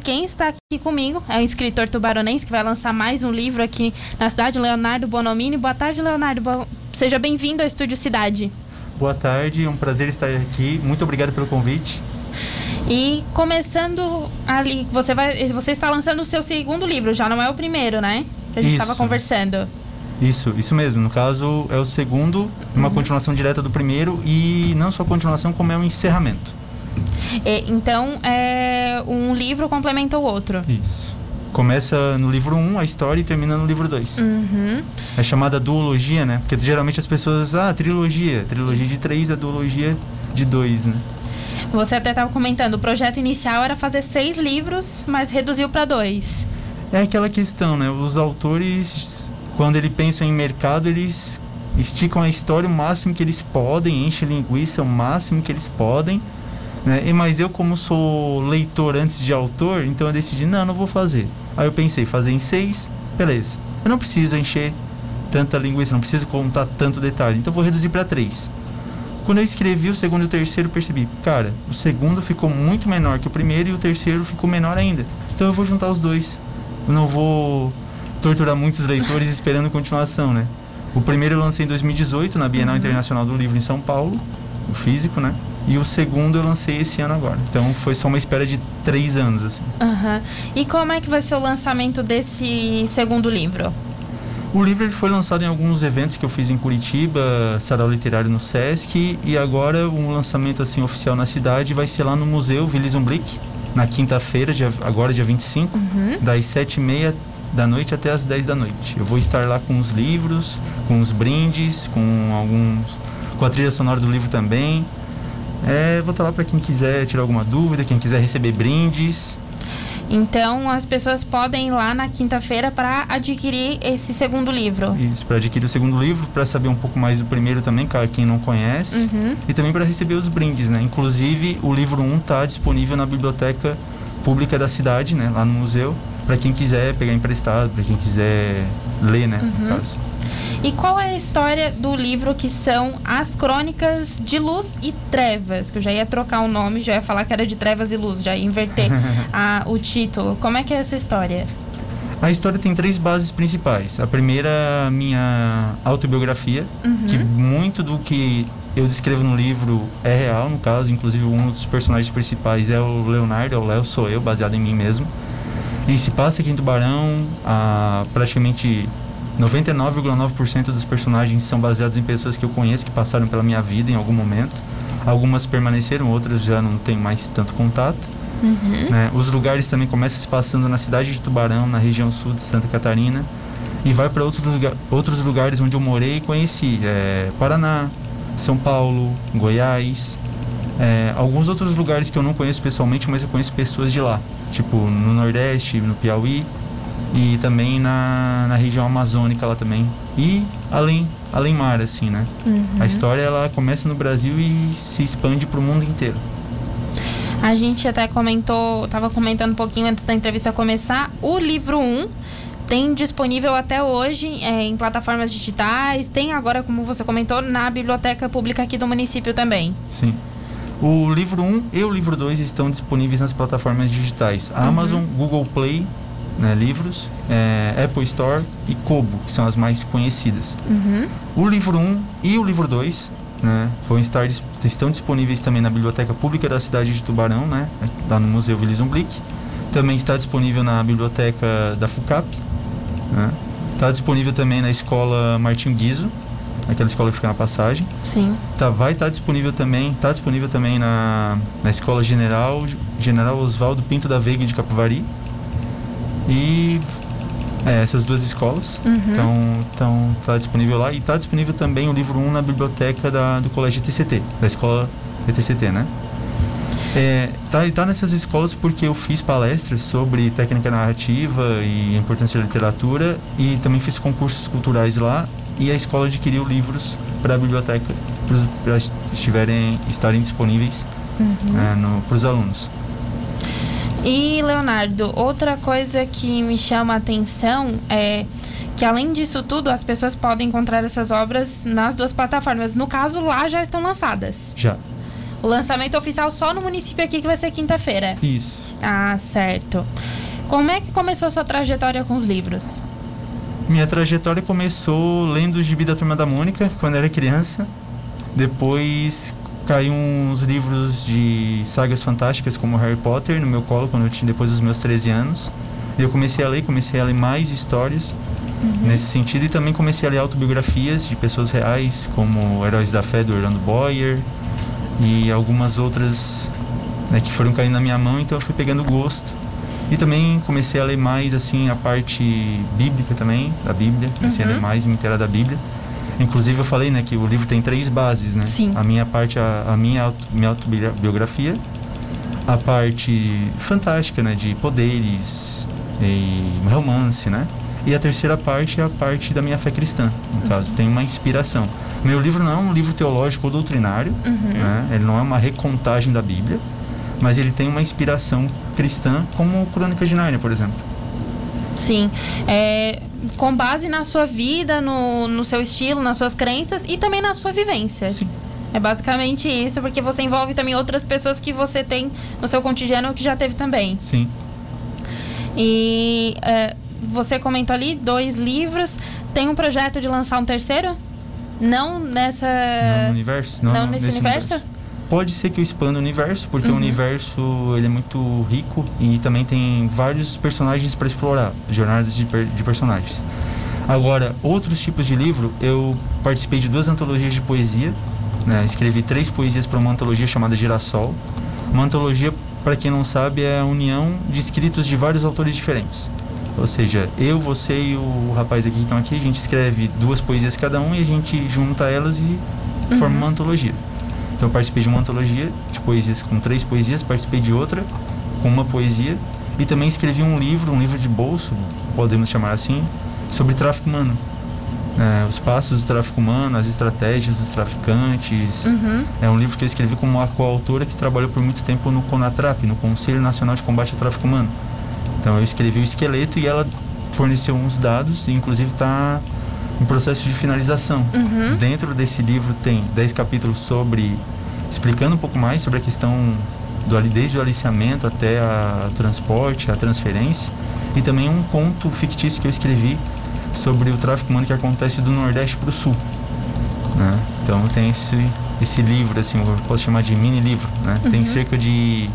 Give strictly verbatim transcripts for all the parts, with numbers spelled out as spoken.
quem está aqui comigo é o escritor tubaronense que vai lançar mais um livro aqui na cidade, Leonardo Bonomini. Boa tarde, Leonardo. Bo... Seja bem-vindo ao Estúdio Cidade. Boa tarde, é um prazer estar aqui. Muito obrigado pelo convite. E começando ali, você, vai, você está lançando o seu segundo livro, já não é o primeiro, né? Que a gente estava conversando. Isso, isso mesmo. No caso, é o segundo, uma uhum. continuação direta do primeiro, e não só continuação, como é um encerramento. E, então, é, um livro complementa o outro. Isso. Começa no livro um, a história, e termina no livro dois. Uhum. É chamada duologia, né? Porque geralmente as pessoas, ah, trilogia. Trilogia de três, a duologia de dois, né? Você até estava comentando, o projeto inicial era fazer seis livros, mas reduziu para dois. É aquela questão, né? Os autores, quando eles pensam em mercado, eles esticam a história o máximo que eles podem, enchem linguiça o máximo que eles podem, né? E, mas eu, como sou leitor antes de autor, então eu decidi, não, não vou fazer. Aí eu pensei, fazer em seis, beleza. Eu não preciso encher tanta linguiça, não preciso contar tanto detalhe, então eu vou reduzir para três. Quando eu escrevi o segundo e o terceiro, percebi, cara, o segundo ficou muito menor que o primeiro e o terceiro ficou menor ainda. Então eu vou juntar os dois. Eu não vou torturar muitos leitores esperando continuação, né? O primeiro eu lancei em dois mil e dezoito, na Bienal uhum. Internacional do Livro em São Paulo, o físico, né? E o segundo eu lancei esse ano agora. Então foi só uma espera de três anos, assim. Uhum. E como é que vai ser o lançamento desse segundo livro? O livro ele foi lançado em alguns eventos que eu fiz em Curitiba, Sarau Literário no Sesc, e agora um lançamento assim oficial na cidade vai ser lá no Museu Willy Zumblick, na quinta-feira, dia, agora dia vinte e cinco, uhum. das sete e meia da noite até as dez da noite. Eu vou estar lá com os livros, com os brindes, com alguns, com a trilha sonora do livro também. É, vou estar lá para quem quiser tirar alguma dúvida, quem quiser receber brindes. Então, as pessoas podem ir lá na quinta-feira para adquirir esse segundo livro. Isso, para adquirir o segundo livro, para saber um pouco mais do primeiro também, para quem não conhece. Uhum. E também para receber os brindes, né? Inclusive, o livro um está disponível na biblioteca pública da cidade, né? Lá no museu, para quem quiser pegar emprestado, para quem quiser ler, né? Uhum. No caso. E qual é a história do livro que são As Crônicas de Luz e Trevas? Que eu já ia trocar o nome, já ia falar que era de Trevas e Luz, já ia inverter a, o título. Como é que é essa história? A história tem três bases principais. A primeira, a minha autobiografia, uhum. que muito do que eu descrevo no livro é real, no caso. Inclusive, um dos personagens principais é o Leonardo, é o Léo, sou eu, baseado em mim mesmo. E se passa aqui em Tubarão, a, praticamente noventa e nove vírgula nove por cento dos personagens são baseados em pessoas que eu conheço, que passaram pela minha vida em algum momento. Algumas permaneceram, outras já não tenho mais tanto contato. Uhum. Né? Os lugares também começam se passando na cidade de Tubarão, na região sul de Santa Catarina, e vai para outros, lugar, outros lugares onde eu morei e conheci. É, Paraná, São Paulo, Goiás, é, alguns outros lugares que eu não conheço pessoalmente, mas eu conheço pessoas de lá. Tipo no Nordeste, no Piauí, e também na, na região amazônica lá também, e além, além mar, assim, né? Uhum. A história, ela começa no Brasil e se expande para o mundo inteiro. A gente até comentou, estava comentando um pouquinho antes da entrevista começar, o livro um tem disponível até hoje é, em plataformas digitais, tem agora, como você comentou, na biblioteca pública aqui do município também. Sim. O livro um e o livro dois estão disponíveis nas plataformas digitais, uhum. Amazon, Google Play, né, livros, é, Apple Store e Kobo, que são as mais conhecidas. Uhum. O livro um e o livro dois, né, vão estar, estão disponíveis também na Biblioteca Pública da cidade de Tubarão, né, lá no Museu Willy Zumblick. Também está disponível na Biblioteca da FUCAP. Né, está disponível também na Escola Martinho Guizzo, aquela escola que fica na Passagem. Sim. Tá, vai estar disponível também, está disponível também na, na Escola General, General Oswaldo Pinto da Veiga de Capivari. E é, essas duas escolas estão uhum. tá disponível lá. E está disponível também o livro um na biblioteca da, do Colégio T C T, da escola T C T, né? É, tá, tá nessas escolas porque eu fiz palestras sobre técnica narrativa e a importância da literatura, e também fiz concursos culturais lá, e a escola adquiriu livros para a biblioteca para estiverem estarem disponíveis uhum. é, para os alunos. E, Leonardo, outra coisa que me chama a atenção é que, além disso tudo, as pessoas podem encontrar essas obras nas duas plataformas. No caso, lá já estão lançadas. Já. O lançamento oficial só no município aqui, que vai ser quinta-feira. Isso. Ah, certo. Como é que começou a sua trajetória com os livros? Minha trajetória começou lendo o Gibi da Turma da Mônica, quando eu era criança. Depois caiu uns livros de sagas fantásticas, como Harry Potter, no meu colo, quando eu tinha, depois dos meus treze anos. E eu comecei a ler, comecei a ler mais histórias uhum. nesse sentido. E também comecei a ler autobiografias de pessoas reais, como Heróis da Fé, do Orlando Boyer. E algumas outras, né, que foram caindo na minha mão, então eu fui pegando gosto. E também comecei a ler mais, assim, a parte bíblica também, da Bíblia. Comecei uhum. a ler mais, me inteirar da Bíblia. Inclusive eu falei, né, que o livro tem três bases, né? Sim. A minha parte, a, a minha, auto, minha autobiografia, a parte fantástica, né, de poderes e romance, né? E a terceira parte é a parte da minha fé cristã, no uhum. caso, tem uma inspiração. Meu livro não é um livro teológico ou doutrinário, uhum. né? Ele não é uma recontagem da Bíblia, mas ele tem uma inspiração cristã, como Crônicas de Nárnia, por exemplo. Sim, é, com base na sua vida, no, no seu estilo, nas suas crenças e também na sua vivência. Sim. É basicamente isso, porque você envolve também outras pessoas que você tem no seu cotidiano que já teve também. Sim. E é, você comentou ali dois livros, tem um projeto de lançar um terceiro? Não nessa... Não no universo? Não, não nesse, nesse universo? universo? Pode ser que eu expanda o universo, porque uhum. o universo ele é muito rico e também tem vários personagens para explorar, jornadas de, per de personagens. Agora, outros tipos de livro, eu participei de duas antologias de poesia, né? Escrevi três poesias para uma antologia chamada Girassol. Uma antologia, para quem não sabe, é a união de escritos de vários autores diferentes. Ou seja, eu, você e o rapaz aqui que estão aqui, a gente escreve duas poesias cada um e a gente junta elas e uhum. forma uma antologia. Então eu participei de uma antologia de poesias com três poesias, participei de outra com uma poesia e também escrevi um livro, um livro de bolso, podemos chamar assim, sobre tráfico humano. É, os passos do tráfico humano, as estratégias dos traficantes. Uhum. É um livro que eu escrevi como uma coautora que trabalhou por muito tempo no CONATRAP, no Conselho Nacional de Combate ao Tráfico Humano. Então eu escrevi o esqueleto e ela forneceu uns dados e inclusive está em processo de finalização. Uhum. Dentro desse livro tem dez capítulos sobre, explicando um pouco mais sobre a questão do, desde o aliciamento até a, o transporte, a transferência, e também um conto fictício que eu escrevi sobre o tráfico humano que acontece do Nordeste para o Sul, né? Então tem esse, esse livro, assim, eu posso chamar de mini livro, né? Uhum. Tem cerca de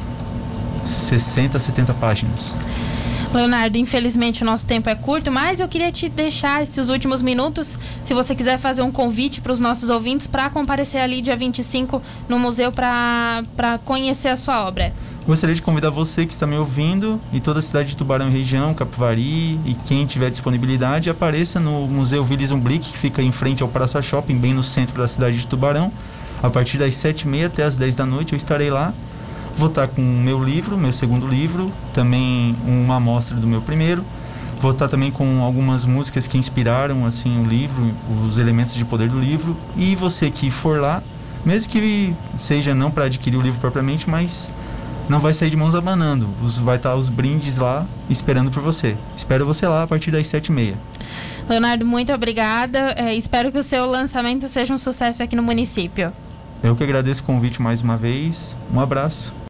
sessenta, setenta páginas. Leonardo, infelizmente o nosso tempo é curto, mas eu queria te deixar esses últimos minutos, se você quiser fazer um convite para os nossos ouvintes para comparecer ali dia vinte e cinco no museu para conhecer a sua obra. Gostaria de convidar você que está me ouvindo e toda a cidade de Tubarão e região, Capivari, e quem tiver disponibilidade, apareça no Museu Willis Umblick, que fica em frente ao Praça Shopping, bem no centro da cidade de Tubarão. A partir das sete e meia até as dez da noite eu estarei lá. Vou estar com o meu livro, meu segundo livro, também uma amostra do meu primeiro. Vou estar também com algumas músicas que inspiraram assim, o livro, os elementos de poder do livro. E você que for lá, mesmo que seja não para adquirir o livro propriamente, mas não vai sair de mãos abanando. Vai estar os brindes lá esperando por você. Espero você lá a partir das sete e meia. Leonardo, muito obrigada. É, espero que o seu lançamento seja um sucesso aqui no município. Eu que agradeço o convite mais uma vez. Um abraço.